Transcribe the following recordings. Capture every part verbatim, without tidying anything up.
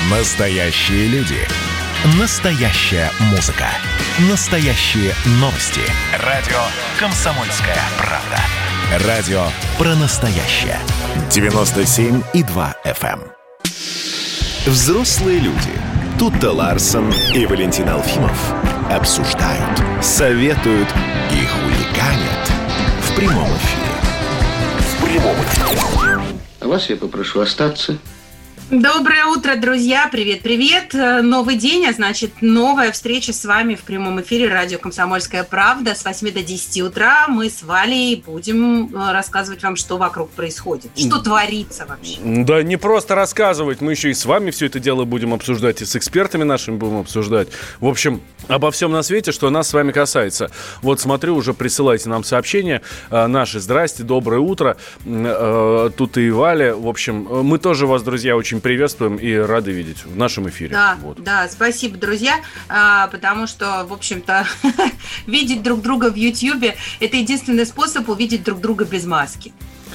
Настоящие люди. Настоящая музыка. Настоящие новости. Радио «Комсомольская правда». Радио про настоящее. девяносто семь и два эф эм. Взрослые люди. Тутта Ларсон и Валентин Алфимов обсуждают, советуют и хулиганят в прямом эфире. В прямом эфире. А вас я попрошу остаться. Доброе утро, друзья! Привет-привет! Новый день, а значит, новая встреча с вами в прямом эфире радио «Комсомольская правда» с восьми до десяти утра. Мы с Валей будем рассказывать вам, что вокруг происходит, что творится вообще. Да не просто рассказывать, мы еще и с вами все это дело будем обсуждать, и с экспертами нашими будем обсуждать. В общем, обо всем на свете, что нас с вами касается. Вот смотрю, уже присылайте нам сообщения наши. Здрасте, доброе утро. Тут и Валя. В общем, мы тоже вас, друзья, очень приветствуем и рады видеть в нашем эфире. Да, вот. да, спасибо, друзья, потому что, в общем-то, видеть друг друга в Ютьюбе – это единственный способ увидеть друг друга без маски.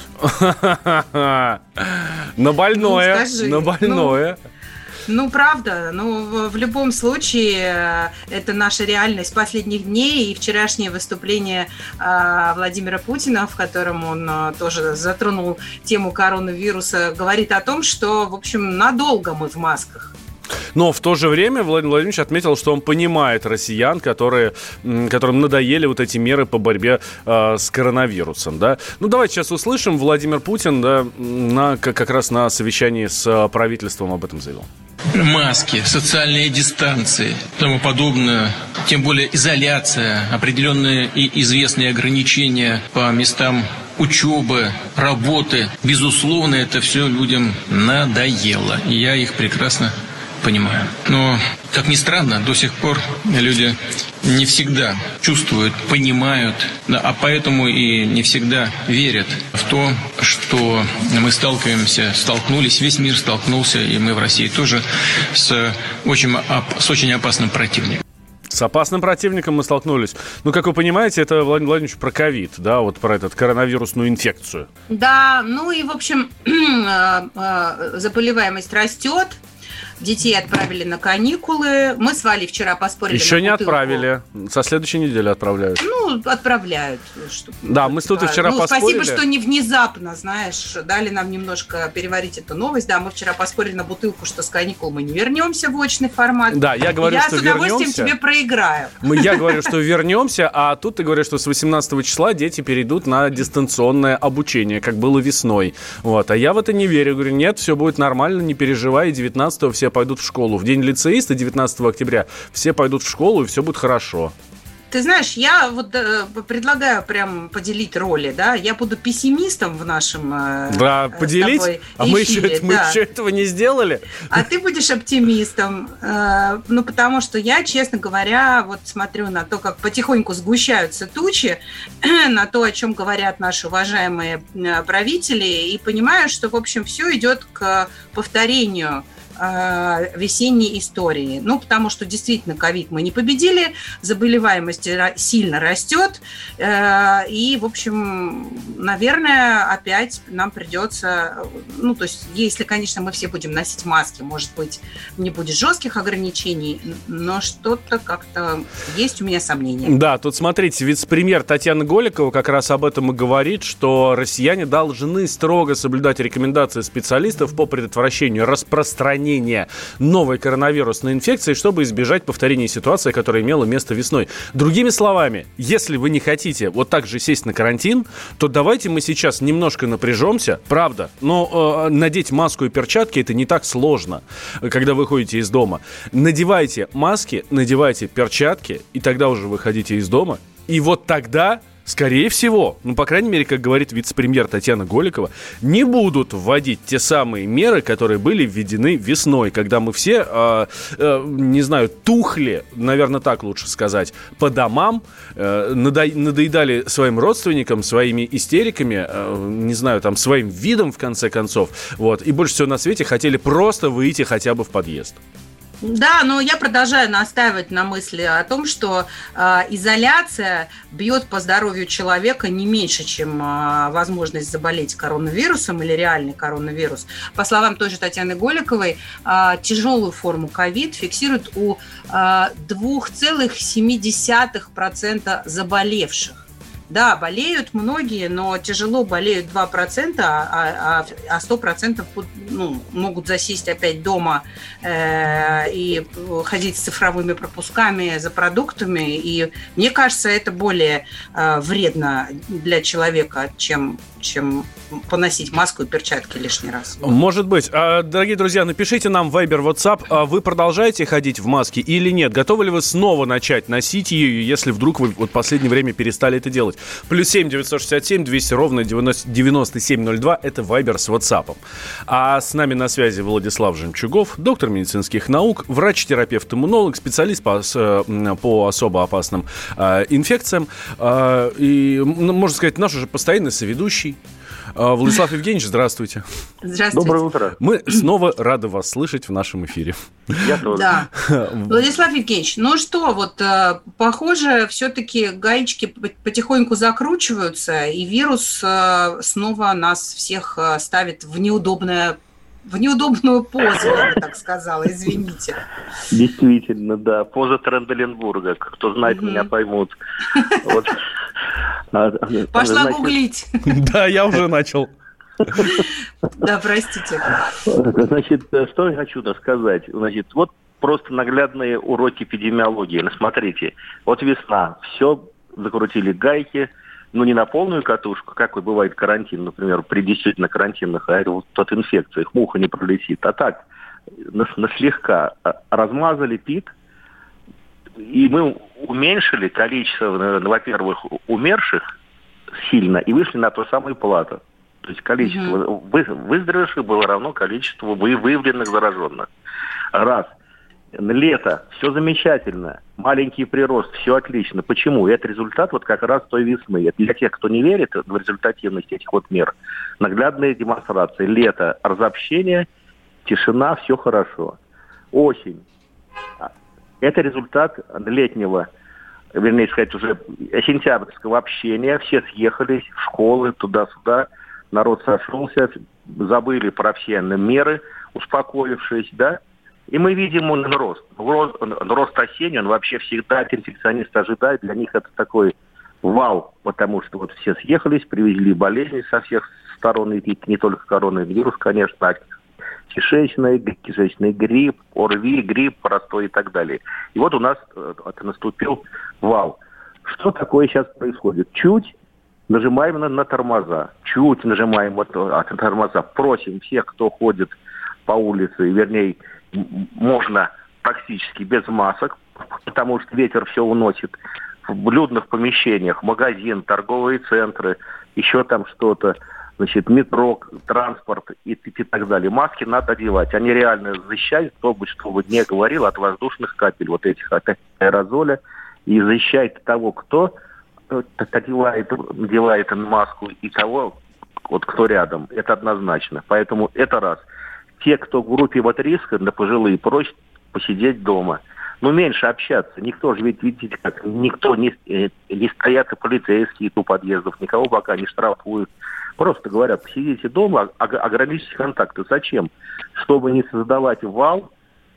На больное, на больное. Ну, правда, ну, в любом случае, это наша реальность последних дней, и вчерашнее выступление э, Владимира Путина, в котором он э, тоже затронул тему коронавируса, говорит о том, что, в общем, надолго мы в масках. Но в то же время Владимир Владимирович отметил, что он понимает россиян, которые, которым надоели вот эти меры по борьбе э, с коронавирусом. Да? Ну, давайте сейчас услышим. Владимир Путин, да, на, как раз на совещании с правительством об этом заявил. Маски, социальные дистанции и тому подобное, тем более изоляция, определенные и известные ограничения по местам учебы, работы. Безусловно, это все людям надоело. И я их прекрасно понимаю. Но, как ни странно, до сих пор люди не всегда чувствуют, понимают, да, а поэтому и не всегда верят в то, что мы сталкиваемся, столкнулись, весь мир столкнулся, и мы в России тоже, с очень, с очень опасным противником. С опасным противником мы столкнулись. Ну, как вы понимаете, это, Владимир Владимирович, про ковид, да, вот про эту коронавирусную инфекцию. Да, ну и, в общем, заболеваемость растет. Детей отправили на каникулы. Мы с Валей вчера поспорили. Еще на не бутылку. отправили. Со следующей недели отправляют. Ну, отправляют. Что, да, мы с тут и вчера ну, поспорили. Спасибо, что не внезапно, знаешь, дали нам немножко переварить эту новость. Да, мы вчера поспорили на бутылку, что с каникул мы не вернемся в очный формат. Да, я говорю, я что вернемся. Я с удовольствием тебе проиграю. Мы, я говорю, что вернемся, а тут ты говоришь, что с восемнадцатого числа дети перейдут на дистанционное обучение, как было весной. Вот. А я в это не верю. Говорю, нет, все будет нормально, не переживай, девятнадцатого все пойдут в школу. В день лицеиста, девятнадцатого октября, все пойдут в школу, и все будет хорошо. Ты знаешь, я вот э, предлагаю прям поделить роли, да, я буду пессимистом в нашем э, Да, поделить? А мы, еще, да. мы еще этого не сделали? А ты будешь оптимистом, э, ну, потому что я, честно говоря, вот смотрю на то, как потихоньку сгущаются тучи, на то, о чем говорят наши уважаемые правители, и понимаю, что, в общем, все идет к повторению весенней истории. Ну, потому что действительно ковид мы не победили, заболеваемость сильно растет, и, в общем, наверное, опять нам придется, ну, то есть, если, конечно, мы все будем носить маски, может быть, не будет жестких ограничений, но что-то как-то есть у меня сомнения. Да, тут, смотрите, вице-премьер Татьяна Голикова как раз об этом и говорит, что россияне должны строго соблюдать рекомендации специалистов по предотвращению распространения новой коронавирусной инфекции, чтобы избежать повторения ситуации, которая имела место весной. Другими словами, если вы не хотите вот так же сесть на карантин, то давайте мы сейчас немножко напряжемся, правда, но э, надеть маску и перчатки это не так сложно, когда вы выходите из дома. Надевайте маски, надевайте перчатки, и тогда уже выходите из дома, и вот тогда... Скорее всего, ну, по крайней мере, как говорит вице-премьер Татьяна Голикова, не будут вводить те самые меры, которые были введены весной, когда мы все, э, э, не знаю, тухли, наверное, так лучше сказать, по домам, э, надо, надоедали своим родственникам, своими истериками, э, не знаю, там, своим видом, в конце концов, вот, и больше всего на свете хотели просто выйти хотя бы в подъезд. Да, но я продолжаю настаивать на мысли о том, что э, изоляция бьет по здоровью человека не меньше, чем э, возможность заболеть коронавирусом или реальный коронавирус. По словам той же Татьяны Голиковой, э, тяжелую форму ковид фиксируют у э, два целых семь десятых процента заболевших. Да, болеют многие, но тяжело болеют два процента, а, а, а сто процентов ну, могут засесть опять дома э, и ходить с цифровыми пропусками за продуктами. И мне кажется, это более э, вредно для человека, чем, чем поносить маску и перчатки лишний раз. Может быть. Дорогие друзья, напишите нам в Viber, WhatsApp, вы продолжаете ходить в маске или нет? Готовы ли вы снова начать носить ее, если вдруг вы вот в последнее время перестали это делать? Плюс семь девятьсот шестьдесят семь двести ровно девяносто семь ноль два. Это Viber с WhatsApp. А с нами на связи Владислав Жемчугов, доктор медицинских наук, врач-терапевт-иммунолог, специалист по, по особо опасным э, инфекциям. Э, и, можно сказать, наш уже постоянный соведущий. Владислав Евгеньевич, здравствуйте. Здравствуйте. Доброе утро. Мы снова рады вас слышать в нашем эфире. Я тоже. Да. Владислав Евгеньевич, ну что, вот, похоже, все-таки гаечки потихоньку закручиваются, и вирус снова нас всех ставит в неудобное В неудобную позу, я бы так сказала, извините. Действительно, да. Поза Тренделенбурга. Кто знает, угу. меня поймут. Вот. Пошла Значит... гуглить. Да, я уже начал. Да, простите. Значит, что я хочу сказать. Значит, вот просто наглядные уроки эпидемиологии. Ну, смотрите, вот весна, все закрутили гайки, ну, не на полную катушку, как и бывает карантин, например, при действительно карантинных вот, инфекциях муха не пролетит, а так, на, на слегка размазали пик, и мы уменьшили количество, наверное, во-первых, умерших сильно, и вышли на то самое плато. То есть количество mm-hmm. выздоровевших было равно количеству выявленных зараженных. Раз. Лето, все замечательно, маленький прирост, все отлично. Почему? Это результат вот как раз той весны. Это для тех, кто не верит в результативность этих вот мер. Наглядная демонстрация. Лето, разобщение, тишина, все хорошо. Осень. Это результат летнего, вернее сказать, уже сентябрьского общения. Все съехались в школы, туда-сюда. Народ сошелся, забыли про все меры, успокоившись, да. И мы видим он рост. Рост, рост осенний, он вообще всегда инфекционисты ожидают. Для них это такой вау, потому что вот все съехались, привезли болезни со всех сторон, и не только коронавирус, конечно, а кишечный, кишечный грипп, ОРВИ, грипп, простой и так далее. И вот у нас это наступил вау. Что такое сейчас происходит? Чуть нажимаем на, на тормоза, чуть нажимаем вот, на тормоза. Просим всех, кто ходит по улице, вернее, можно практически без масок, потому что ветер все уносит в людных помещениях, магазин, торговые центры, еще там что-то, значит, метро, транспорт и, и так далее. Маски надо одевать. Они реально защищают, кто бы что бы не говорил, от воздушных капель, вот этих, от аэрозоля, и защищает того, кто одевает, надевает маску, и того, вот, кто рядом. Это однозначно. Поэтому это раз. Те, кто в группе вот риска, да пожилые, просят посидеть дома. Ну, меньше общаться. Никто же, ведь, видите, как, никто не, не стоят и полицейские у подъездов, никого пока не штрафуют. Просто говорят, посидите дома, ограничьте контакты. Зачем? Чтобы не создавать вал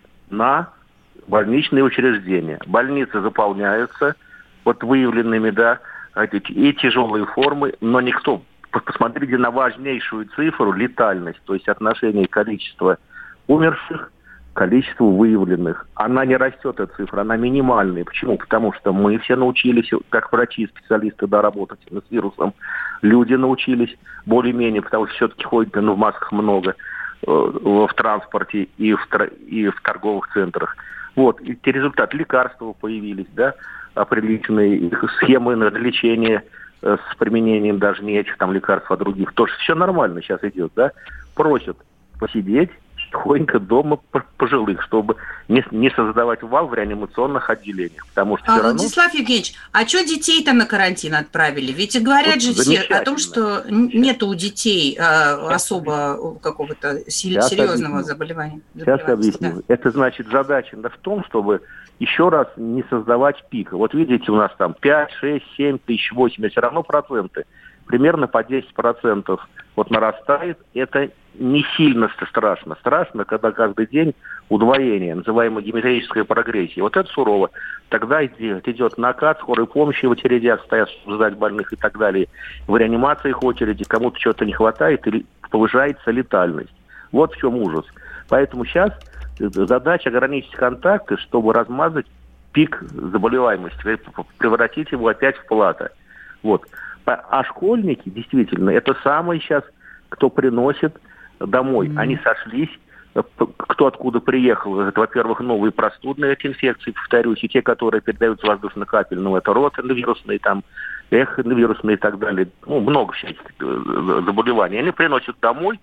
на больничные учреждения. Больницы заполняются вот выявленными, да, и тяжелые формы, но никто... Посмотрите на важнейшую цифру, летальность, то есть отношение количества умерших к количеству выявленных. Она не растет, эта цифра, она минимальная. Почему? Потому что мы все научились, как врачи, специалисты, да, работать с вирусом. Люди научились более-менее, потому что все-таки ходят, ну, в масках много, э, в транспорте и в, и в торговых центрах. Вот, и те результаты, лекарства появились, да, определенные схемы на лечение с применением даже не этих там лекарств, а других. Тоже все нормально сейчас идет, да. Просят посидеть, тихонько дома пожилых, чтобы не, не создавать вал в реанимационных отделениях. Потому что а, все равно... Владислав Евгеньевич, а что детей-то на карантин отправили? Ведь говорят вот же все о том, что нету у детей а, особо какого-то Сейчас серьезного объясню. заболевания. Сейчас объясню. Да. Это значит задача в том, чтобы еще раз не создавать пик. Вот видите, у нас там пять, шесть, семь тысяч, восемь, все равно проценты. Примерно по десять процентов вот нарастает. Это не сильно страшно. Страшно, когда каждый день удвоение, называемая геометрическая прогрессия. Вот это сурово. Тогда идет, идет накат, скорой помощи в очередях стоят ждать больных и так далее. В реанимациях очереди кому-то что-то не хватает или повышается летальность. Вот в чем ужас. Поэтому сейчас задача ограничить контакты, чтобы размазать пик заболеваемости, превратить его опять в плато. Вот. А школьники, действительно, это самые сейчас, кто приносит домой. Mm-hmm. Они сошлись, кто откуда приехал. Это, во-первых, новые простудные эти инфекции, повторюсь, и те, которые передаются воздушно-капельным, это ротавирусные, там, эховирусные и так далее. Ну, много всяких заболеваний. Они приносят домой.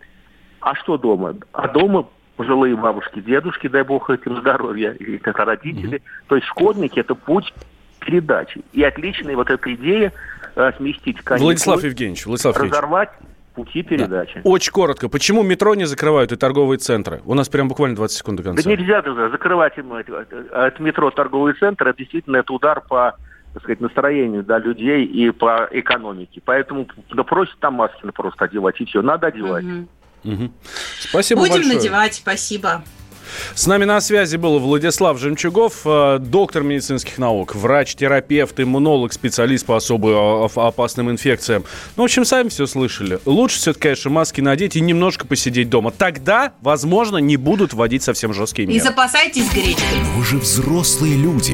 А что дома? А дома пожилые бабушки, дедушки, дай бог этим здоровья, и это родители. Mm-hmm. То есть школьники – это путь передачи. И отличная вот эта идея э, сместить каникулы, Владислав Евгеньевич, Владислав разорвать пути передачи. Да. Очень коротко. Почему метро не закрывают и торговые центры? У нас прям буквально двадцать секунд до конца. Да нельзя закрывать им это, это метро, торговый центр. Это действительно это удар по, так сказать, настроению, да, людей и по экономике. Поэтому да, просят там маски просто одевать, и все. Надо одевать. Угу. Угу. Спасибо Будем большое. надевать, спасибо. С нами на связи был Владислав Жемчугов, доктор медицинских наук, врач-терапевт, иммунолог, специалист по особо опасным инфекциям. Ну, в общем, сами все слышали. Лучше все-таки, конечно, маски надеть и немножко посидеть дома. Тогда, возможно, не будут вводить совсем жесткие меры. И запасайтесь гречкой. Но вы же взрослые люди.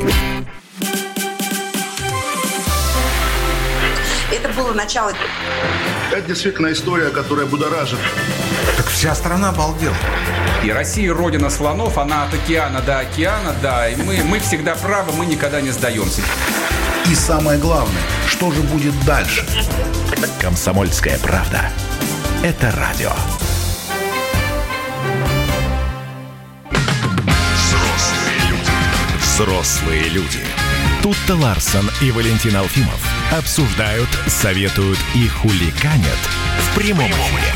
Это было начало. Это действительно история, которая будоражит. Так вся страна обалдела. И Россия родина слонов, она от океана до океана, да. И мы, мы всегда правы, мы никогда не сдаемся. И самое главное, что же будет дальше? Комсомольская правда. Это радио. Взрослые люди. Взрослые люди. Тутта Ларсон и Валентин Алфимов обсуждают, советуют и хулиганят в прямом эфире.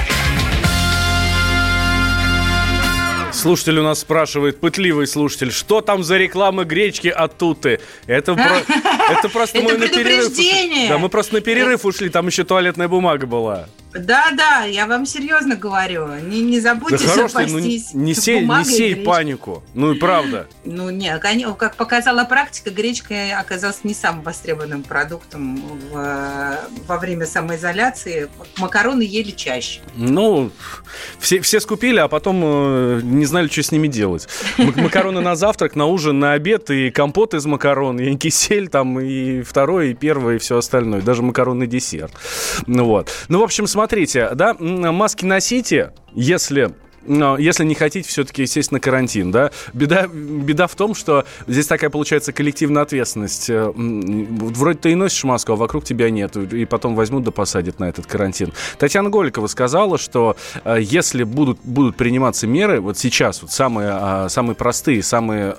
Слушатель у нас спрашивает, пытливый слушатель, что там за реклама гречки от Тутты? Это, про... это просто мы на перерыв ушли. Да, мы просто на перерыв ушли, там еще туалетная бумага была. Да-да, я вам серьезно говорю. Не, не забудьте да запастись ну, не, сей, не сей панику. Ну и правда. Ну нет, как показала практика, гречка оказалась не самым востребованным продуктом в, во время самоизоляции. Макароны ели чаще. Ну, все, все скупили, а потом э, не знали, что с ними делать. Макароны на завтрак, на ужин, на обед, и компот из макарон, и кисель там, и второй, и первый, и все остальное. Даже макаронный десерт. Ну вот. Ну, в общем, смотрите, да, маски носите, если... Если не хотите все-таки сесть на карантин, да, беда, беда в том, что здесь такая получается коллективная ответственность. Вроде ты и носишь маску, а вокруг тебя нет, и потом возьмут да посадят на этот карантин. Татьяна Голикова сказала, что если будут, будут приниматься меры, вот сейчас вот самые, самые простые, самые,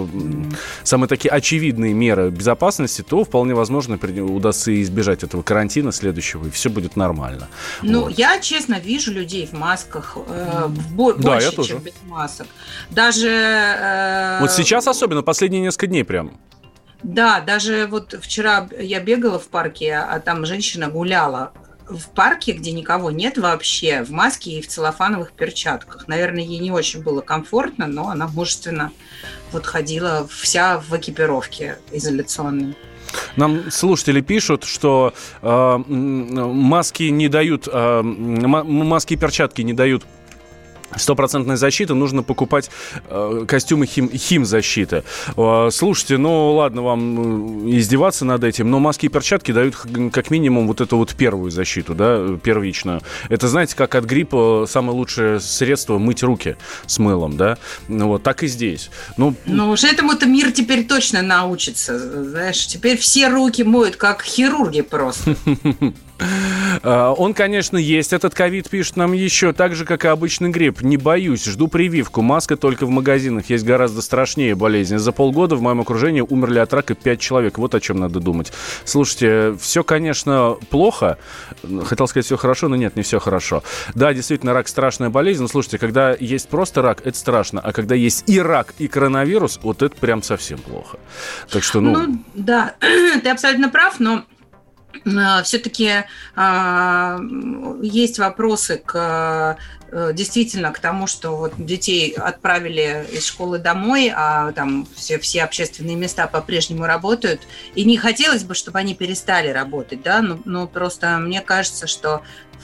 самые такие очевидные меры безопасности, то вполне возможно удастся избежать этого карантина следующего, и все будет нормально. Ну, вот. Я честно вижу людей в масках, э, в больше, да, я чем тоже. без масок. Даже... Э, вот сейчас особенно, последние несколько дней прям. Да, даже вот вчера я бегала в парке, а там женщина гуляла в парке, где никого нет вообще, в маске и в целлофановых перчатках. Наверное, ей не очень было комфортно, но она мужественно вот ходила вся в экипировке изоляционной. Нам слушатели пишут, что э, маски не дают, э, маски и перчатки не дают стопроцентной защиты, нужно покупать э, костюмы хим, химзащиты. Э, слушайте, ну ладно вам издеваться над этим, но маски и перчатки дают как минимум вот эту вот первую защиту, да, первичную. Это, знаете, как от гриппа самое лучшее средство мыть руки с мылом, да, ну, вот так и здесь. Ну, ну уж этому-то мир теперь точно научится, знаешь, теперь все руки моют, как хирурги просто. Он, конечно, есть. Этот ковид, пишет нам еще, так же, как и обычный грипп. Не боюсь, жду прививку. Маска только в магазинах. Есть гораздо страшнее болезни. За полгода в моем окружении умерли от рака пять человек. Вот о чем надо думать. Слушайте, все, конечно, плохо. Хотел сказать, все хорошо, но нет, не все хорошо. Да, действительно, рак страшная болезнь. Но слушайте, когда есть просто рак, это страшно. А когда есть и рак, и коронавирус, вот это прям совсем плохо. Так что, ну... Ну, да, ты абсолютно прав, но все-таки э, есть вопросы к э, действительно к тому, что вот детей отправили из школы домой, а там все, все общественные места по-прежнему работают. И не хотелось бы, чтобы они перестали работать, да, но, но просто мне кажется, что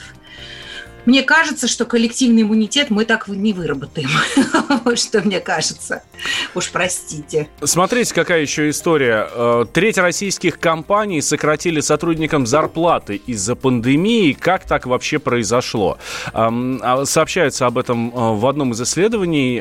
Мне кажется, что коллективный иммунитет мы так не выработаем. Вот что мне кажется. Уж простите. Смотрите, какая еще история. Треть российских компаний сократили сотрудникам зарплаты из-за пандемии. Как так вообще произошло? Сообщается об этом в одном из исследований.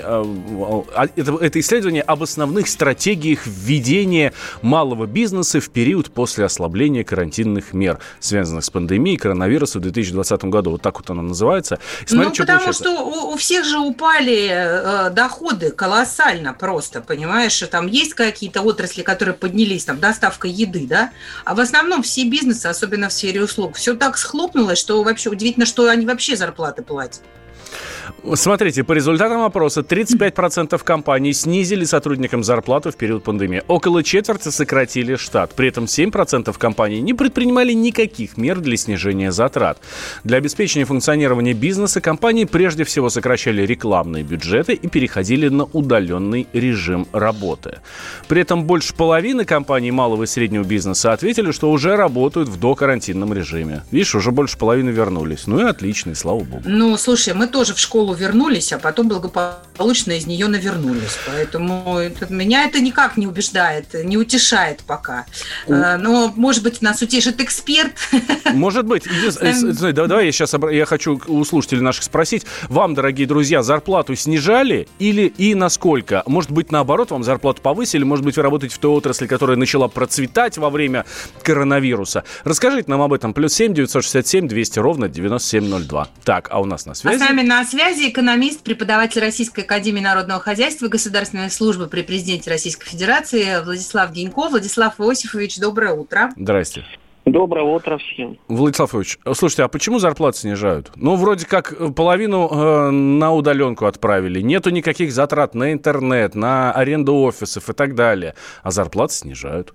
Это, это исследование об основных стратегиях введения малого бизнеса в период после ослабления карантинных мер, связанных с пандемией коронавируса в две тысячи двадцатом году. Вот так вот оно называется. Смотри, ну, что потому получается. что у, у всех же упали э, доходы колоссально просто, понимаешь? Что там есть какие-то отрасли, которые поднялись, там, доставка еды, да? А в основном все бизнесы, особенно в сфере услуг, все так схлопнулось, что вообще удивительно, что они вообще зарплаты платят. Смотрите, по результатам опроса тридцать пять процентов компаний снизили сотрудникам зарплату в период пандемии. Около четверти сократили штат. При этом семь процентов компаний не предпринимали никаких мер для снижения затрат. Для обеспечения функционирования бизнеса компании прежде всего сокращали рекламные бюджеты и переходили на удаленный режим работы. При этом больше половины компаний малого и среднего бизнеса ответили, что уже работают в докарантинном режиме. Видишь, уже больше половины вернулись. Ну и отлично, и слава богу. Ну, слушай, мы тоже в школу вернулись, а потом благополучно из нее навернулись. Поэтому это, меня это никак не убеждает, не утешает пока. У... Но, может быть, нас утешит эксперт. Может быть. Давай я сейчас я хочу у слушателей наших спросить. Вам, дорогие друзья, зарплату снижали или и насколько? Может быть, наоборот, вам зарплату повысили? Может быть, вы работаете в той отрасли, которая начала процветать во время коронавируса? Расскажите нам об этом. Плюс семь девятьсот шестьдесят семь двести ровно девяносто семь ноль два. Так, а у нас на связи? А с нами на связи экономист, преподаватель Российской академии народного хозяйства, государственной службы при президенте Российской Федерации Владислав Денько. Владислав Иосифович, доброе утро. Здрасте. Доброе утро всем. Владислав Ильич, слушайте, а почему зарплаты снижают? Ну, вроде как половину э, на удаленку отправили, нету никаких затрат на интернет, на аренду офисов и так далее, а зарплаты снижают.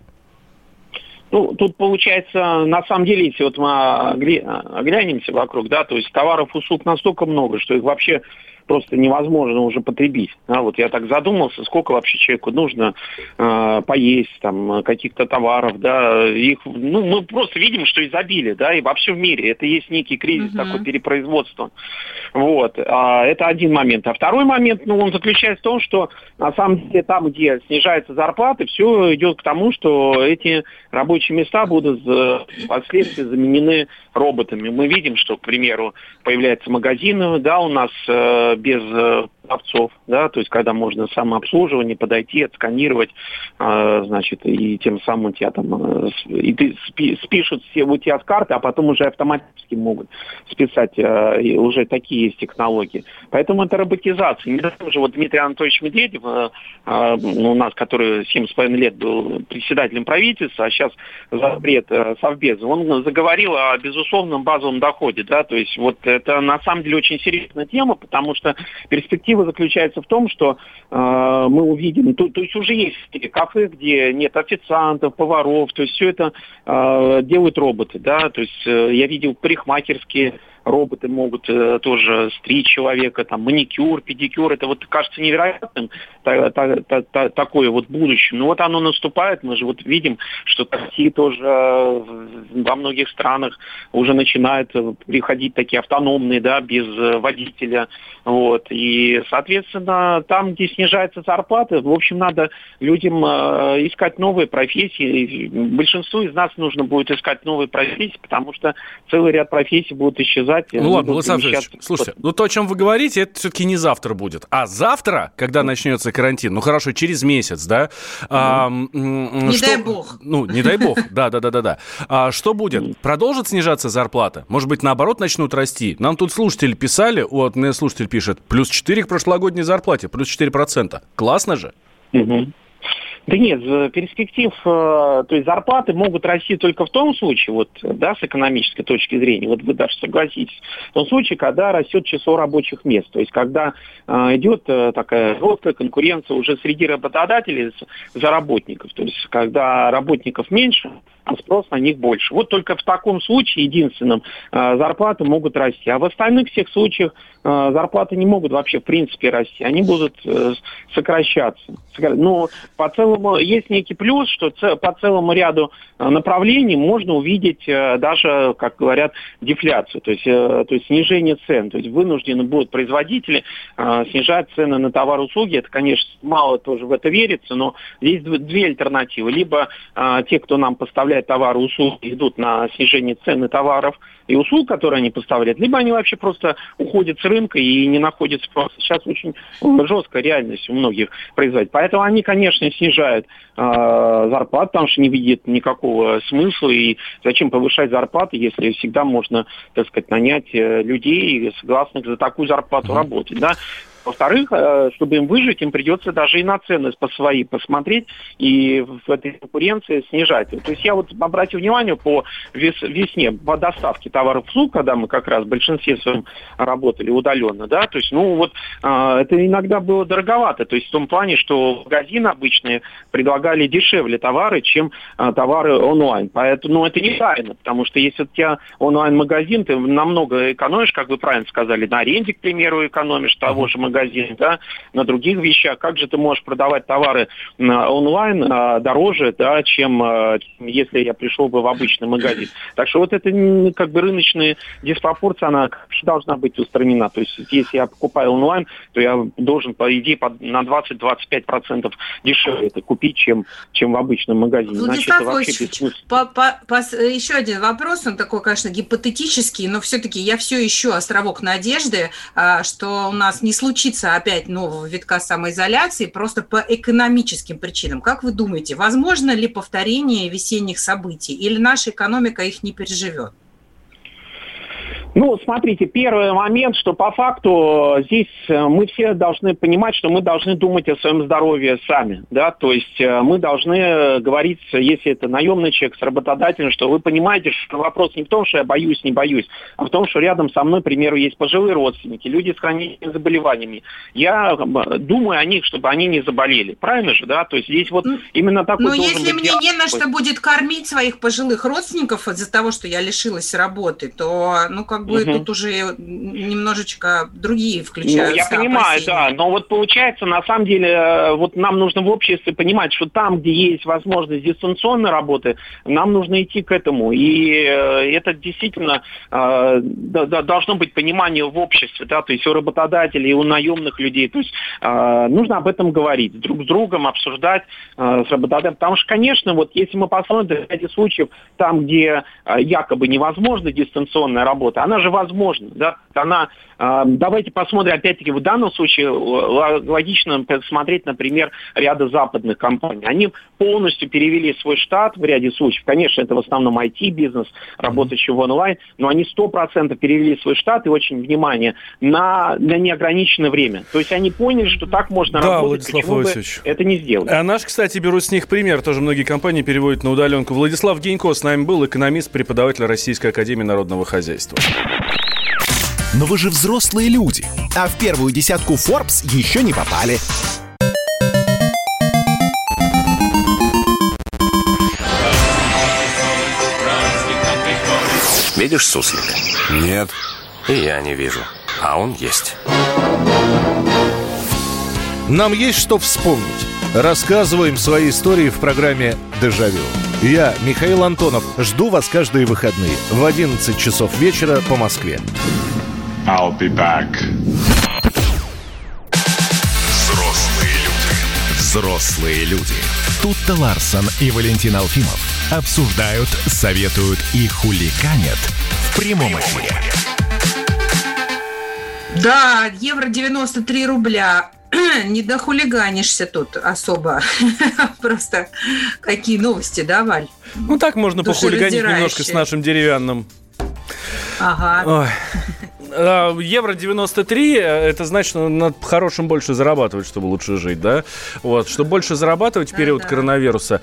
Ну, тут получается, на самом деле, если вот мы оглянемся вокруг, да, то есть товаров и услуг настолько много, что их вообще просто невозможно уже потребить. Да, вот я так задумался, сколько вообще человеку нужно э, поесть, там, каких-то товаров, да, их, ну, мы просто видим, что изобилие, да, и вообще в мире это есть некий кризис, uh-huh. такой перепроизводства. Вот, а, это один момент. А второй момент, ну, он заключается в том, что на самом деле там, где снижаются зарплаты, все идет к тому, что эти рабочие места будут впоследствии заменены роботами. Мы видим, что, к примеру, появляются магазины, да, у нас э, без э, продавцов, да, то есть когда можно самообслуживание подойти, отсканировать, э, значит, и тем самым тебя там, э, и ты спи, спишут все у тебя с карты, а потом уже автоматически могут списать, э, и уже такие есть технологии. Поэтому это роботизация. Недавно же вот Дмитрий Анатольевич Медведев, э, э, у нас, который семь с половиной лет был председателем правительства, а сейчас зампред э, Совбеза, он заговорил о безусловном базовом доходе, да, то есть вот это на самом деле очень серьезная тема, потому что перспектива заключается в том, что э, мы увидим, то, то есть уже есть кафе, где нет официантов, поваров, то есть все это э, делают роботы, да, то есть э, я видел парикмахерские роботы могут э, тоже стричь человека, там, маникюр, педикюр, это вот кажется невероятным, та, та, та, та, такое вот будущее. Но вот оно наступает, мы же вот видим, что такси тоже э, во многих странах уже начинают приходить такие автономные, да, без э, водителя, вот, и, соответственно, там, где снижается зарплата, в общем, надо людям э, искать новые профессии, большинству из нас нужно будет искать новые профессии, потому что целый ряд профессий будут исчезать, сказать... Ну ладно, Владислав Ильич, слушайте, ну то, о чем вы говорите, это все-таки не завтра будет. А завтра, когда начнется карантин, ну хорошо, через месяц, да? Mm-hmm. А, не что, дай бог. Ну, не дай бог, да-да-да-да. А что будет? Продолжит снижаться зарплата? Может быть, наоборот, начнут расти? Нам тут слушатели писали, вот мне слушатель пишет, плюс четыре к прошлогодней зарплате, плюс четыре процента. Классно же? Mm-hmm. Да нет, перспектив, то есть зарплаты могут расти только в том случае, вот, да, с экономической точки зрения, вот вы даже согласитесь, в том случае, когда растет число рабочих мест, то есть когда э, идет э, такая жесткая конкуренция уже среди работодателей за работников, то есть когда работников меньше, а спрос на них больше. Вот только в таком случае единственном э, зарплаты могут расти, а в остальных всех случаях э, зарплаты не могут вообще в принципе расти, они будут э, сокращаться. Но по целому есть некий плюс, что ц- по целому ряду направлений можно увидеть э, даже, как говорят, дефляцию, то есть, э, то есть снижение цен. То есть вынуждены будут производители э, снижать цены на товары и услуги. Это, конечно, мало тоже в это верится, но есть две альтернативы. Либо э, те, кто нам поставляет товары и услуги, идут на снижение цены товаров и услуг, которые они поставляют, либо они вообще просто уходят с рынка и не находят спроса. Сейчас очень жесткая реальность у многих производителей. Поэтому они, конечно, снижают э, зарплату, потому что не видят никакого смысла. И зачем повышать зарплаты, если всегда можно, так сказать, нанять э, людей, согласных за такую зарплату работать, да? Во-вторых, чтобы им выжить, им придется даже и на цены по свои посмотреть и в этой конкуренции снижать. То есть я вот обратил внимание по весне, по доставке товаров в услуг, когда мы как раз в большинстве своем работали удаленно, да, то есть, ну вот, это иногда было дороговато, то есть в том плане, что магазины обычные предлагали дешевле товары, чем товары онлайн. Поэтому, ну, это не тайна, потому что если у тебя онлайн-магазин, ты намного экономишь, как вы правильно сказали, на аренде, к примеру, экономишь того же магазина, магазин, да, на других вещах. Как же ты можешь продавать товары онлайн а, дороже, да, чем а, если я пришел бы в обычный магазин. Так что вот эта как бы рыночная диспропорция, она должна быть устранена. То есть если я покупаю онлайн, то я должен, по идее, на двадцать-двадцать пять процентов дешевле это купить, чем, чем в обычном магазине. Владислав Владимирович, по, по, по, еще один вопрос, он такой, конечно, гипотетический, но все-таки я все ищу островок надежды, что у нас не случится опять нового витка самоизоляции просто по экономическим причинам. Как вы думаете, возможно ли повторение весенних событий или наша экономика их не переживет? Ну, смотрите, первый момент, что по факту здесь мы все должны понимать, что мы должны думать о своем здоровье сами, да, то есть мы должны говорить, если это наемный человек с работодателем, что вы понимаете, что вопрос не в том, что я боюсь, не боюсь, а в том, что рядом со мной, к примеру, есть пожилые родственники, люди с хроническими заболеваниями. Я думаю о них, чтобы они не заболели, правильно же, да, то есть здесь вот именно такой должен быть. Но если быть мне не на что будет кормить своих пожилых родственников из-за того, что я лишилась работы, то, ну, как бы угу. тут уже немножечко другие включаются. Ну, я понимаю, опасения. Да, но вот получается, на самом деле, вот нам нужно в обществе понимать, что там, где есть возможность дистанционной работы, нам нужно идти к этому. И это действительно э, да, должно быть понимание в обществе, да, то есть у работодателей, и у наемных людей. То есть э, нужно об этом говорить, друг с другом обсуждать э, с работодателем. Потому что, конечно, вот если мы посмотрим эти случаи, там, где э, якобы невозможна дистанционная работа, она же возможно, да, она, э, давайте посмотрим, опять-таки, в данном случае логично посмотреть, например, ряда западных компаний. Они полностью перевели свой штат в ряде случаев. Конечно, это в основном ай ти-бизнес, работающий в онлайн, но они сто процентов перевели свой штат, и очень, внимание, на, на неограниченное время. То есть они поняли, что так можно да, работать, Владислав почему бы это не сделать. А наш, кстати, беру с них пример, тоже многие компании переводят на удаленку. Владислав Генько с нами был, экономист, преподаватель Российской академии народного хозяйства. Но вы же взрослые люди, а в первую десятку Forbes еще не попали. Видишь суслика? Нет. И я не вижу. А он есть. Нам есть что вспомнить. Рассказываем свои истории в программе «Дежавю». Я, Михаил Антонов, жду вас каждые выходные в одиннадцать часов вечера по Москве. I'll be back. Взрослые люди. Взрослые люди. Тутта Ларсон и Валентин Алфимов обсуждают, советуют и хулиганят в прямом эфире. Да, евро девяносто три рубля. Не дохулиганишься тут особо. Просто какие новости, да, Валь? Ну, так можно похулиганить немножко с нашим деревянным. Ага. Ой. Евро девяносто три, это значит, что надо по-хорошему больше зарабатывать, чтобы лучше жить, да? Вот, чтобы больше зарабатывать в период да, коронавируса,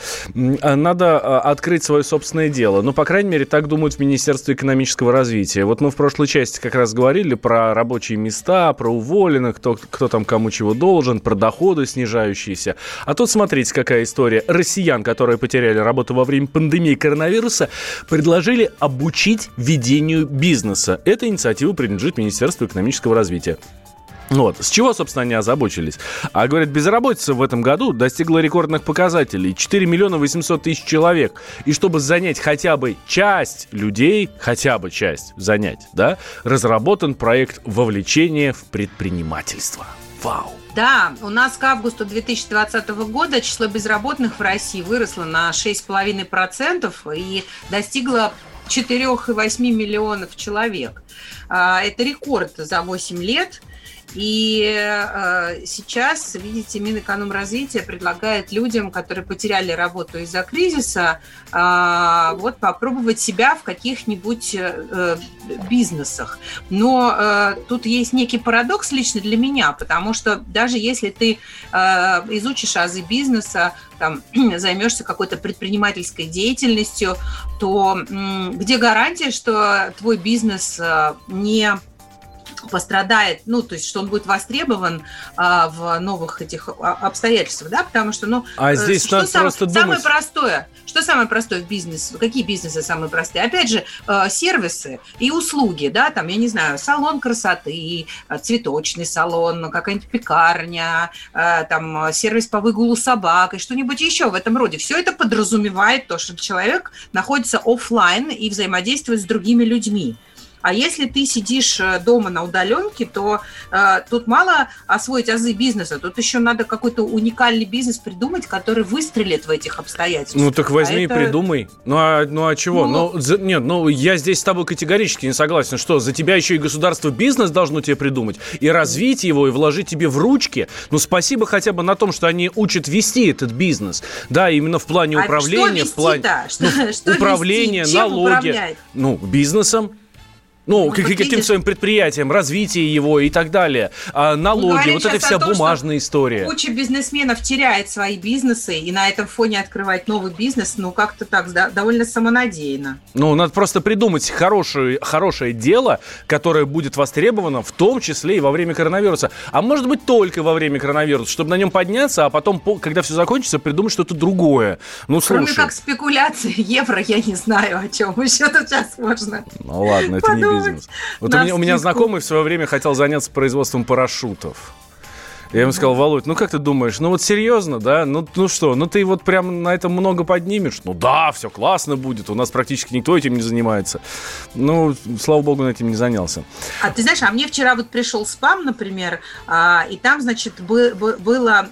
надо открыть свое собственное дело. Ну, по крайней мере, так думают в Министерстве экономического развития. Вот мы в прошлой части как раз говорили про рабочие места, про уволенных, кто, кто там кому чего должен, про доходы снижающиеся. А тут смотрите, какая история. Россиян, которые потеряли работу во время пандемии коронавируса, предложили обучить ведению бизнеса. Эта инициатива принадлежит Министерству экономического развития. Вот. С чего, собственно, они озабочились? А говорят, безработица в этом году достигла рекордных показателей. четыре миллиона восемьсот тысяч человек. И чтобы занять хотя бы часть людей, хотя бы часть занять, да, разработан проект вовлечения в предпринимательство. Вау! Да, у нас к августу две тысячи двадцатого года число безработных в России выросло на шесть целых пять десятых процента и достигло четыре целых восемь десятых миллионов человек. Это рекорд за восемь лет. И э, сейчас, видите, Минэкономразвития предлагает людям, которые потеряли работу из-за кризиса, э, вот попробовать себя в каких-нибудь э, бизнесах. Но э, тут есть некий парадокс лично для меня, потому что даже если ты э, изучишь азы бизнеса, там, займешься какой-то предпринимательской деятельностью, то э, где гарантия, что твой бизнес э, не пострадает, ну, то есть, что он будет востребован а, в новых этих обстоятельствах, да, потому что, ну, а здесь что надо сам, просто самое думать. простое, что самое простое в бизнесе, какие бизнесы самые простые? Опять же, э, сервисы и услуги, да, там, я не знаю, салон красоты, цветочный салон, какая-нибудь пекарня, э, там, сервис по выгулу собак и что-нибудь еще в этом роде. Все это подразумевает то, что человек находится офлайн и взаимодействует с другими людьми. А если ты сидишь дома на удаленке, то э, тут мало освоить азы бизнеса, тут еще надо какой-то уникальный бизнес придумать, который выстрелит в этих обстоятельствах. Ну так возьми а и это... придумай. Ну а, ну а чего? Ну, ну, за, нет, ну я здесь с тобой категорически не согласен. Что, за тебя еще и государство бизнес должно тебе придумать, и развить его, и вложить тебе в ручки? Ну спасибо хотя бы на том, что они учат вести этот бизнес. Да, именно в плане а управления, в плане что, ну, что управления, налоги. Ну, бизнесом. Ну, ну каким видишь... своим предприятием, развитие его и так далее. А налоги, вот эта вся том, бумажная история. Куча бизнесменов теряет свои бизнесы, и на этом фоне открывать новый бизнес, ну, как-то так, да, довольно самонадеянно. Ну, надо просто придумать хорошее, хорошее дело, которое будет востребовано, в том числе и во время коронавируса. А может быть, только во время коронавируса, чтобы на нем подняться, а потом, когда все закончится, придумать что-то другое. Ну, слушай. Кроме как спекуляции евро, я не знаю, о чем еще тут сейчас можно. Ну, ладно, это не бизнес. Вот у меня, у меня знакомый в свое время хотел заняться производством парашютов. Я ему сказал: Володь, ну как ты думаешь, ну вот серьезно, да? Ну, ну что, ну ты вот прям на этом много поднимешь? Ну да, все классно будет, у нас практически никто этим не занимается. Ну, слава богу, этим не занялся. А ты знаешь, а мне вчера вот пришел спам, например, и там, значит, было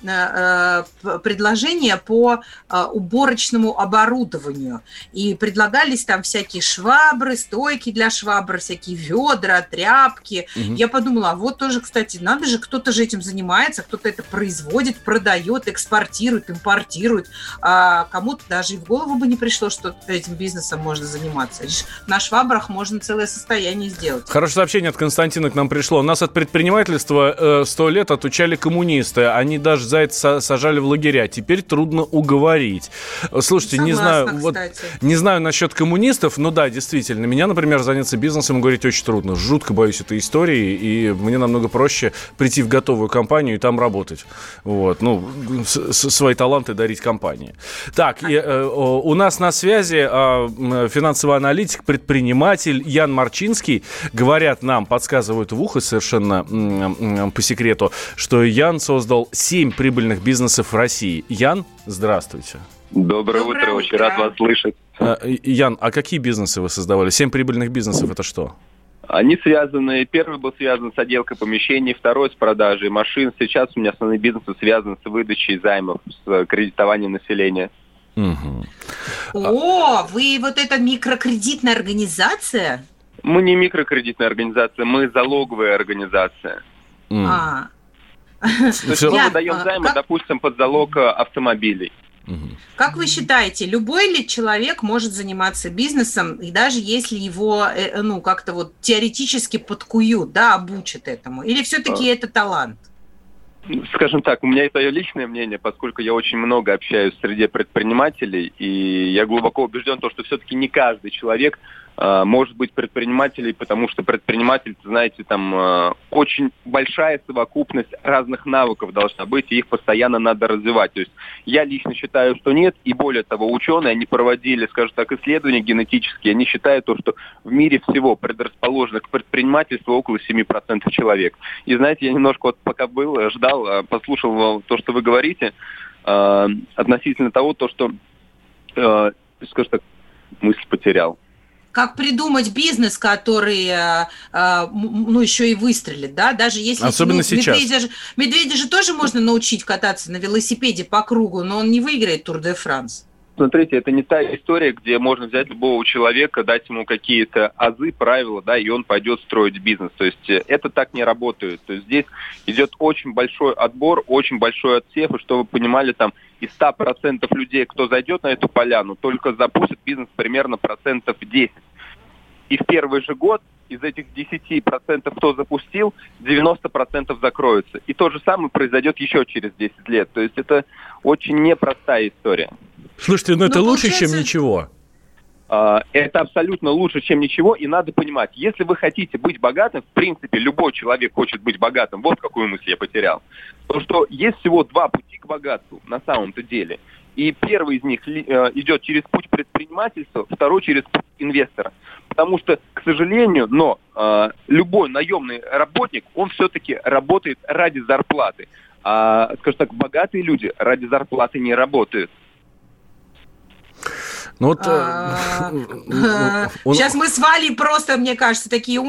предложение по уборочному оборудованию. И предлагались там всякие швабры, стойки для швабр, всякие ведра, тряпки. Угу. Я подумала, а вот тоже, кстати, надо же, кто-то же этим занимается, кто-то это производит, продает, экспортирует, импортирует. А кому-то даже и в голову бы не пришло, что этим бизнесом можно заниматься. Лишь на швабрах можно целое состояние сделать. Хорошее сообщение от Константина к нам пришло. Нас от предпринимательства сто э, лет отучали коммунисты. Они даже за это сажали в лагеря. Теперь трудно уговорить. Слушайте, согласна, не знаю, вот, не знаю насчет коммунистов, но да, действительно, меня, например, заняться бизнесом, говорить, очень трудно. Жутко боюсь этой истории, и мне намного проще прийти в готовую компанию и там работать. Вот. Ну, с- с- свои таланты дарить компании. Так, и, э, у нас на связи э, финансовый аналитик, предприниматель Ян Марчинский. Говорят нам, подсказывают в ухо совершенно э, э, по секрету, что Ян создал семь прибыльных бизнесов в России. Ян, здравствуйте. Доброе, Доброе утро, утро, очень рад вас слышать. Э, Ян, а какие бизнесы вы создавали? Семь прибыльных бизнесов — это что? Они связаны, первый был связан с отделкой помещений, второй с продажей машин. Сейчас у меня основной бизнес связан с выдачей займов, с кредитованием населения. Угу. О, вы вот эта микрокредитная организация? Мы не микрокредитная организация, мы залоговая организация. Mm. А. То есть мы выдаем займы, как... допустим, под залог автомобилей. Как вы считаете, любой ли человек может заниматься бизнесом, и даже если его, ну, как-то вот теоретически подкуют, да, обучат этому? Или все-таки а. это талант? Скажем так, у меня это личное мнение, поскольку я очень много общаюсь в среде предпринимателей, и я глубоко убежден, что все-таки не каждый человек э, может быть предпринимателем, потому что предприниматель, знаете, там э, очень большая совокупность разных навыков должна быть, и их постоянно надо развивать. То есть я лично считаю, что нет, и более того, ученые, они проводили, скажем так, исследования генетические, они считают то, что в мире всего предрасположенных к предпринимательству около семь процентов человек. И знаете, я немножко вот пока был, ждал, послушал то, что вы говорите, э, относительно того, то, что, э, скажем так, мысль потерял. Как придумать бизнес, который, э, э, ну, еще и выстрелит, да, даже если... Особенно ну, сейчас. Медведя же, медведя же тоже можно научить кататься на велосипеде по кругу, но он не выиграет Тур де Франс. Смотрите, это не та история, где можно взять любого человека, дать ему какие-то азы, правила, да, и он пойдет строить бизнес. То есть это так не работает. То есть здесь идет очень большой отбор, очень большой отсев, и чтобы вы понимали, там из ста процентов людей, кто зайдет на эту поляну, только запустит бизнес примерно процентов десять. И в первый же год из этих десяти процентов, кто запустил, девяносто процентов закроются. И то же самое произойдет еще через десять лет. То есть это очень непростая история. Слушайте, ну это ну, лучше, получается... чем ничего. Это абсолютно лучше, чем ничего, и надо понимать, если вы хотите быть богатым, в принципе, любой человек хочет быть богатым, вот какую мысль я потерял, то что есть всего два пути к богатству на самом-то деле. И первый из них идет через путь предпринимательства, второй через путь инвестора. Потому что, к сожалению, но любой наемный работник, он все-таки работает ради зарплаты. А, скажем так, богатые люди ради зарплаты не работают. Ну вот, сейчас мы с Валей просто, мне кажется, такие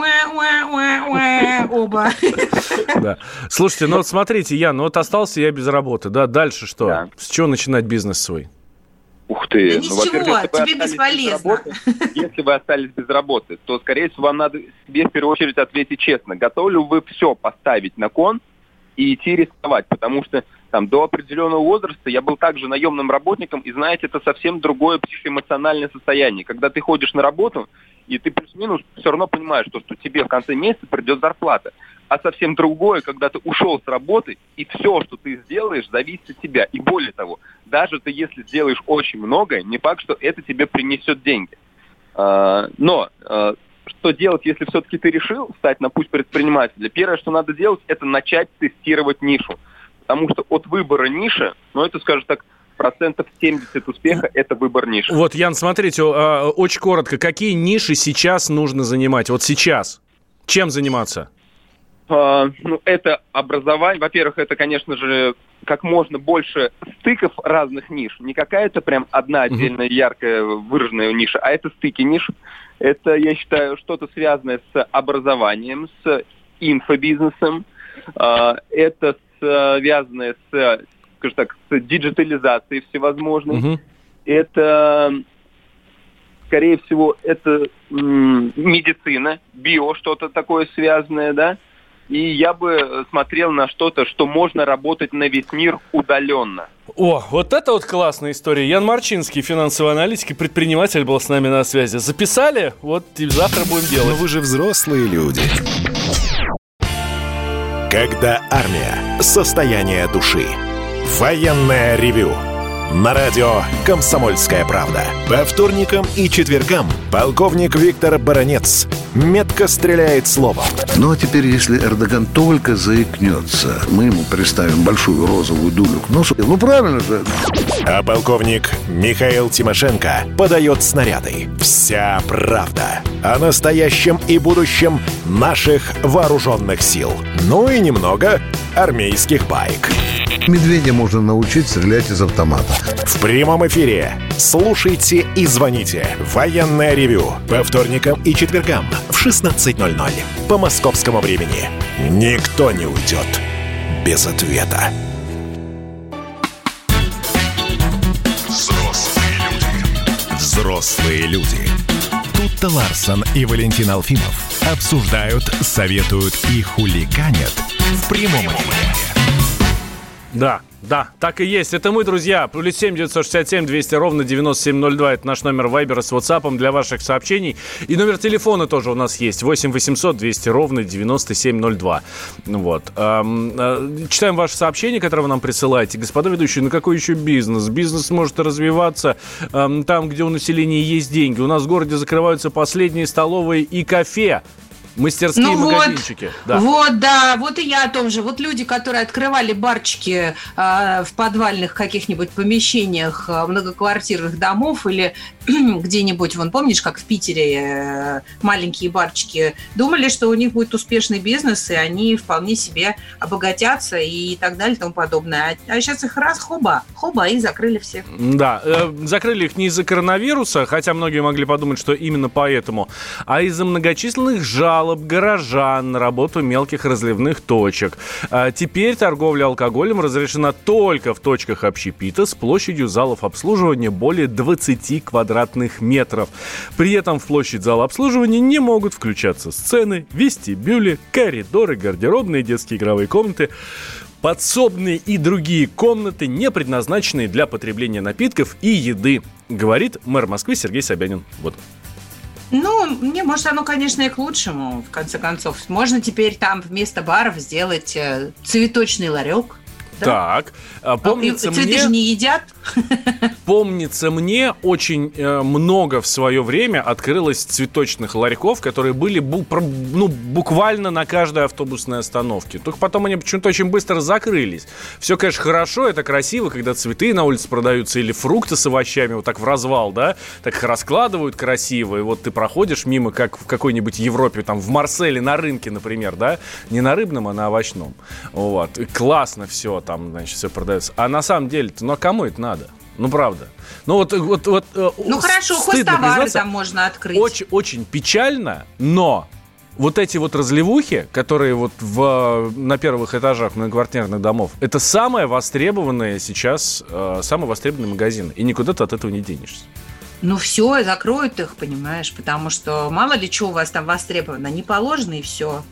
оба. Да. Слушайте, ну вот смотрите, Ян, ну вот остался я без работы, да, дальше что? Да. С чего начинать бизнес свой? Ух ты, да ну, ничего, тебе бесполезно. Работы, если вы остались без работы, то, скорее всего, вам надо себе в первую очередь ответить честно, готовы ли вы все поставить на кон и идти рисковать, потому что там, до определенного возраста я был также наемным работником, и, знаете, это совсем другое психоэмоциональное состояние. Когда ты ходишь на работу, и ты плюс-минус все равно понимаешь, что, что тебе в конце месяца придет зарплата. А совсем другое, когда ты ушел с работы, и все, что ты сделаешь, зависит от тебя. И более того, даже ты, если сделаешь очень многое, не факт, что это тебе принесет деньги. Но что делать, если все-таки ты решил встать на путь предпринимателя? Первое, что надо делать, это начать тестировать нишу. Потому что от выбора ниши, ну это, скажем так, процентов семьдесят успеха – это выбор ниши. Вот, Ян, смотрите, очень коротко, какие ниши сейчас нужно занимать? Вот сейчас. Чем заниматься? А, ну, это образование. Во-первых, это, конечно же, как можно больше стыков разных ниш. Не какая-то прям одна отдельная яркая выраженная ниша, а это стыки ниш. Это, я считаю, что-то связанное с образованием, с инфобизнесом. А, это связанное с, скажем так, с диджитализацией всевозможной. Uh-huh. Это, скорее всего, это м- медицина, био, что-то такое связанное, да. И я бы смотрел на что-то, что можно работать на весь мир удаленно. О, вот это вот классная история. Ян Марчинский, финансовый аналитик и предприниматель, был с нами на связи. Записали? Вот и завтра будем делать. Но вы же взрослые люди. Когда армия. Состояние души. Военное ревю. На радио «Комсомольская правда». По вторникам и четвергам полковник Виктор Баранец метко стреляет словом. Ну а теперь, если Эрдоган только заикнется, мы ему приставим большую розовую дулю к носу. Ну правильно же. А полковник Михаил Тимошенко подает снаряды. Вся правда о настоящем и будущем наших вооруженных сил. Ну и немного армейских баек. Медведя можно научить стрелять из автомата. В прямом эфире слушайте и звоните. Военное ревю по вторникам и четвергам в шестнадцать ноль ноль по московскому времени. Никто не уйдет без ответа. Взрослые люди. Взрослые люди. Тутта Ларсон и Валентин Алфимов обсуждают, советуют и хулиганят в прямом эфире. Да, да, так и есть. Это мы, друзья. Плюс семь девятьсот шестьдесят семь двести ровно девяносто семь ноль два. Это наш номер Вайбера с WhatsApp для ваших сообщений. И номер телефона тоже у нас есть. восемь восемьсот двести ровно девяносто семь ноль два. Вот. Читаем ваши сообщения, которые вы нам присылаете. Господа ведущие, ну какой еще бизнес? Бизнес может развиваться там, где у населения есть деньги. У нас в городе закрываются последние столовые и кафе. Мастерские ну магазинчики. Вот, да. вот, да, вот и я о том же. Вот люди, которые открывали барчики э, в подвальных каких-нибудь помещениях э, многоквартирных домов или где-нибудь, вон, помнишь, как в Питере э, маленькие барчики, думали, что у них будет успешный бизнес, и они вполне себе обогатятся и так далее и тому подобное. А, а сейчас их раз, хоба, хоба, и закрыли всех. Да, э, закрыли их не из-за коронавируса, хотя многие могли подумать, что именно поэтому, а из-за многочисленных жалоб горожан на работу мелких разливных точек. А теперь торговля алкоголем разрешена только в точках общепита с площадью залов обслуживания более двадцати квадратных метров. При этом в площадь зала обслуживания не могут включаться сцены, вестибюли, коридоры, гардеробные, детские игровые комнаты, подсобные и другие комнаты, не предназначенные для потребления напитков и еды, говорит мэр Москвы Сергей Собянин. Вот. Ну, мне, может, оно, конечно, и к лучшему, в конце концов. Можно теперь там вместо баров сделать э, цветочный ларек. Да? Так, помнится Цветы мне... же не едят. Помнится мне, очень э, много в свое время открылось цветочных ларьков, которые были бу- ну, буквально на каждой автобусной остановке. Только потом они почему-то очень быстро закрылись. Все, конечно, хорошо, это красиво, когда цветы на улице продаются или фрукты с овощами вот так в развал, да, так их раскладывают красиво, и вот ты проходишь мимо, как в какой-нибудь Европе, там, в Марселе на рынке, например, да, не на рыбном, а на овощном. Вот, и классно все там, значит, все продается. А на самом деле-то, ну а кому это надо? Ну, правда. Ну, вот, вот, вот, ну, хорошо, хозтовары там можно открыть. Очень, очень печально, но вот эти вот разливухи, которые вот в, на первых этажах многоквартирных домов, это самое востребованное сейчас, э, самый востребованный магазин. И никуда ты от этого не денешься. Ну, все, закроют их, понимаешь, потому что мало ли что у вас там востребовано, не положено, и все.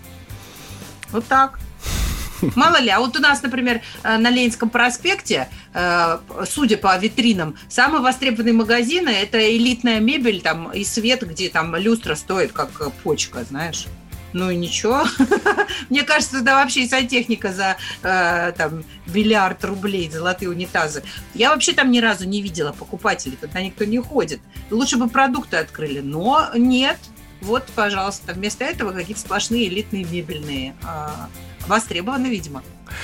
Вот так. Мало ли, а вот у нас, например, на Ленинском проспекте, судя по витринам, самые востребованные магазины – это элитная мебель там, и свет, где там люстра стоит как почка, знаешь. Ну и ничего. Мне кажется, да вообще и сантехника за там, миллиард рублей, золотые унитазы. Я вообще там ни разу не видела покупателей, туда никто не ходит. Лучше бы продукты открыли, но нет. Вот, пожалуйста, вместо этого какие-то сплошные элитные мебельные востребованы, видимо.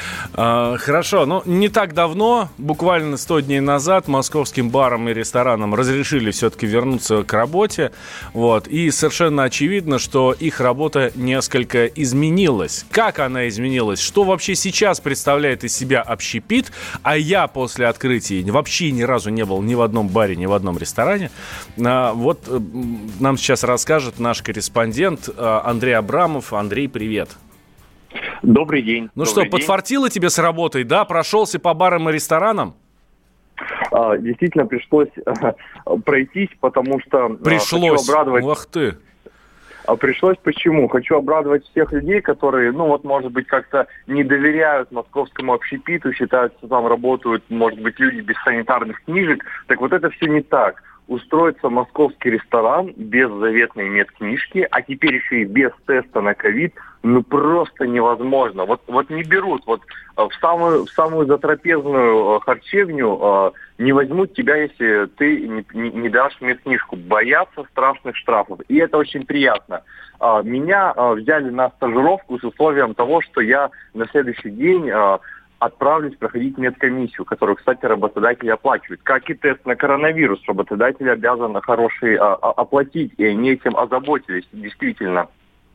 А, хорошо, но не так давно, буквально сто дней назад, московским барам и ресторанам разрешили все-таки вернуться к работе. Вот, и совершенно очевидно, что их работа несколько изменилась. Как она изменилась? Что вообще сейчас представляет из себя общепит? А я после открытия вообще ни разу не был ни в одном баре, ни в одном ресторане. А, вот нам сейчас расскажет наш корреспондент Андрей Абрамов. Андрей, привет. Добрый день. Ну Добрый что, день. подфартило тебе с работой, да? Прошелся по барам и ресторанам? А, действительно, пришлось а, пройтись, потому что... Пришлось? Хочу обрадовать... Ух ты! А пришлось почему? Хочу обрадовать всех людей, которые, ну вот, может быть, как-то не доверяют московскому общепиту, считают, что там работают, может быть, люди без санитарных книжек. Так вот это все не так. Устроиться в московский ресторан без заветной медкнижки, а теперь еще и без теста на ковид, ну просто невозможно. Вот, вот не берут, вот в самую, в самую затрапезную харчевню не возьмут тебя, если ты не, не, не дашь медкнижку. Боятся страшных штрафов. И это очень приятно. Меня взяли на стажировку с условием того, что я на следующий день отправлюсь проходить медкомиссию, которую, кстати, работодатели оплачивают. Как и тест на коронавирус, работодатель обязан хороший а, а, оплатить, и они этим озаботились, действительно.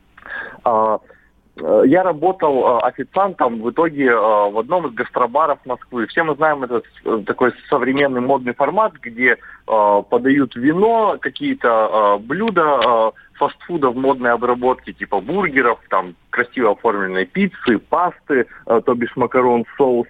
А, я работал а, официантом в итоге а, в одном из гастробаров Москвы. Все мы знаем этот такой современный модный формат, где а, подают вино, какие-то а, блюда, а, фастфуда в модной обработке, типа бургеров, там красиво оформленной пиццы, пасты, э, то бишь макарон с соусом.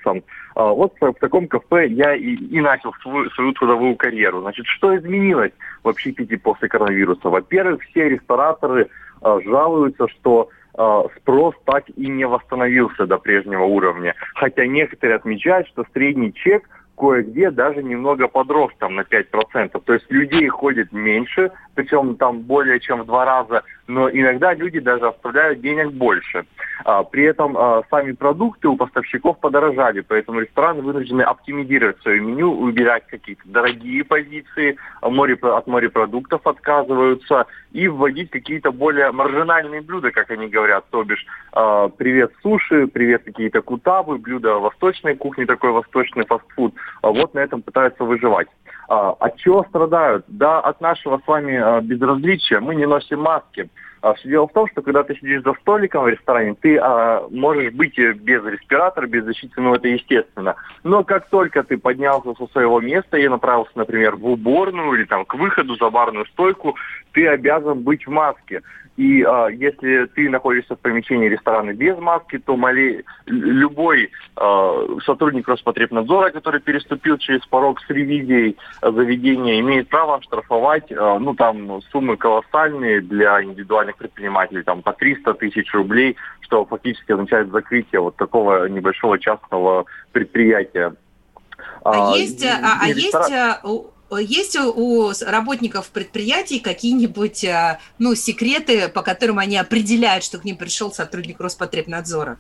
Вот в таком кафе я и, и начал свою, свою трудовую карьеру. Значит, что изменилось в общепите после коронавируса? Во-первых, все рестораторы жалуются, что спрос так и не восстановился до прежнего уровня. Хотя некоторые отмечают, что средний чек кое-где даже немного подрос там на пять процентов. То есть людей ходит меньше, причем там более чем в два раза, но иногда люди даже оставляют денег больше. А, при этом а, сами продукты у поставщиков подорожали, поэтому рестораны вынуждены оптимизировать свое меню, убирать какие-то дорогие позиции, море, от морепродуктов отказываются и вводить какие-то более маржинальные блюда, как они говорят, то бишь а, привет суши, привет какие-то кутабы, блюда восточной кухни, такой восточный фастфуд. А вот на этом пытаются выживать. А, от чего страдают? Да, от нашего с вами а, безразличия. Мы не носим маски. А, все дело в том, что когда ты сидишь за столиком в ресторане, ты а, можешь быть без респиратора, без защиты, ну это естественно. Но как только ты поднялся со своего места и направился, например, в уборную или там к выходу за барную стойку, ты обязан быть в маске. И а, если ты находишься в помещении ресторана без маски, то моли, любой а, сотрудник Роспотребнадзора, который переступил через порог с ревизией а, заведения, имеет право штрафовать, а, ну там суммы колоссальные для индивидуальных предпринимателей, там по триста тысяч рублей, что фактически означает закрытие вот такого небольшого частного предприятия. А, а есть, а, а ресторан... есть Есть у работников предприятий какие-нибудь, ну, секреты, по которым они определяют, что к ним пришел сотрудник Роспотребнадзора?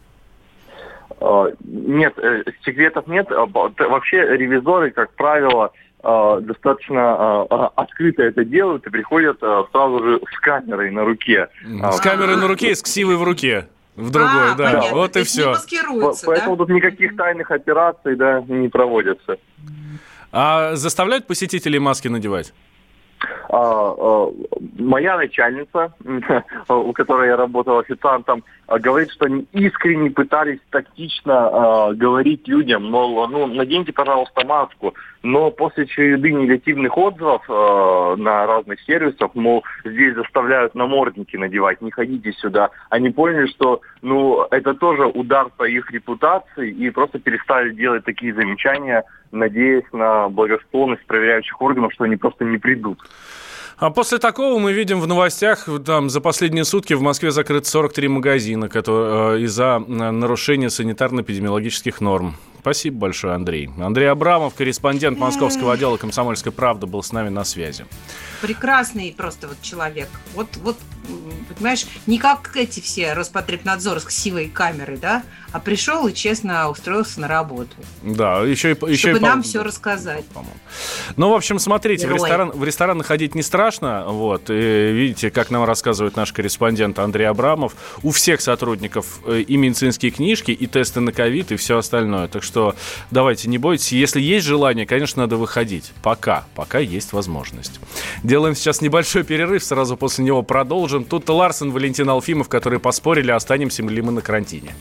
Нет, секретов нет. Вообще ревизоры, как правило, достаточно открыто это делают и приходят сразу же с камерой на руке. С камерой на руке и с ксивой в руке. В другой, а, да. Понятно. Вот и все. Поэтому да? Тут никаких тайных операций, да, не проводятся. А заставляют посетителей маски надевать? А, а, моя начальница, у которой я работал официантом, говорит, что они искренне пытались тактично а, говорить людям, мол, ну, наденьте, пожалуйста, маску. Но после череды негативных отзывов а, на разных сервисах, мол, здесь заставляют намордники надевать, не ходите сюда, они поняли, что, ну, это тоже удар по их репутации, и просто перестали делать такие замечания, надеясь на благосклонность проверяющих органов, что они просто не придут. А после такого мы видим в новостях, там за последние сутки в Москве закрыты сорок три магазина которые, э, из-за нарушения санитарно-эпидемиологических норм. Спасибо большое, Андрей. Андрей Абрамов, корреспондент московского отдела «Комсомольской правды», был с нами на связи. Прекрасный просто вот человек. Вот, вот, понимаешь, не как эти все Роспотребнадзор с ксивой камеры, да, а пришел и честно устроился на работу. Да, еще и... Чтобы еще нам и, все рассказать. Ну, в общем, смотрите, в, ресторан, в рестораны ходить не страшно, вот, и видите, как нам рассказывает наш корреспондент Андрей Абрамов, у всех сотрудников и медицинские книжки, и тесты на ковид, и все остальное. Так что давайте, не бойтесь. Если есть желание, конечно, надо выходить. Пока, пока есть возможность. Делаем сейчас небольшой перерыв, сразу после него продолжим. Тут Ларсон, Валентин Алфимов, которые поспорили, останемся ли мы на карантине.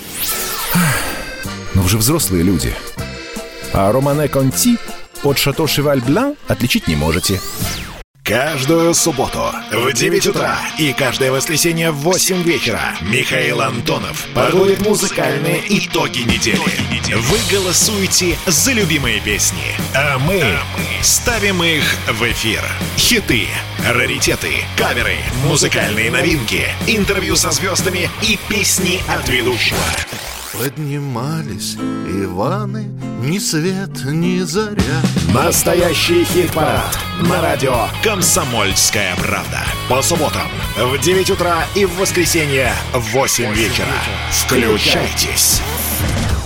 Но вы же взрослые люди. А Романе Конти от Шато Шеваль Блан отличить не можете. Каждую субботу в девять утра и каждое воскресенье в восемь вечера Михаил Антонов подводит музыкальные итоги недели. Вы голосуете за любимые песни, а мы ставим их в эфир. Хиты, раритеты, каверы, музыкальные новинки, интервью со звездами и песни от ведущего. Поднимались Иваны, ни свет, ни заря. Настоящий хит-парад на радио «Комсомольская правда». По субботам в девять утра и в воскресенье в восемь вечера. Включайтесь.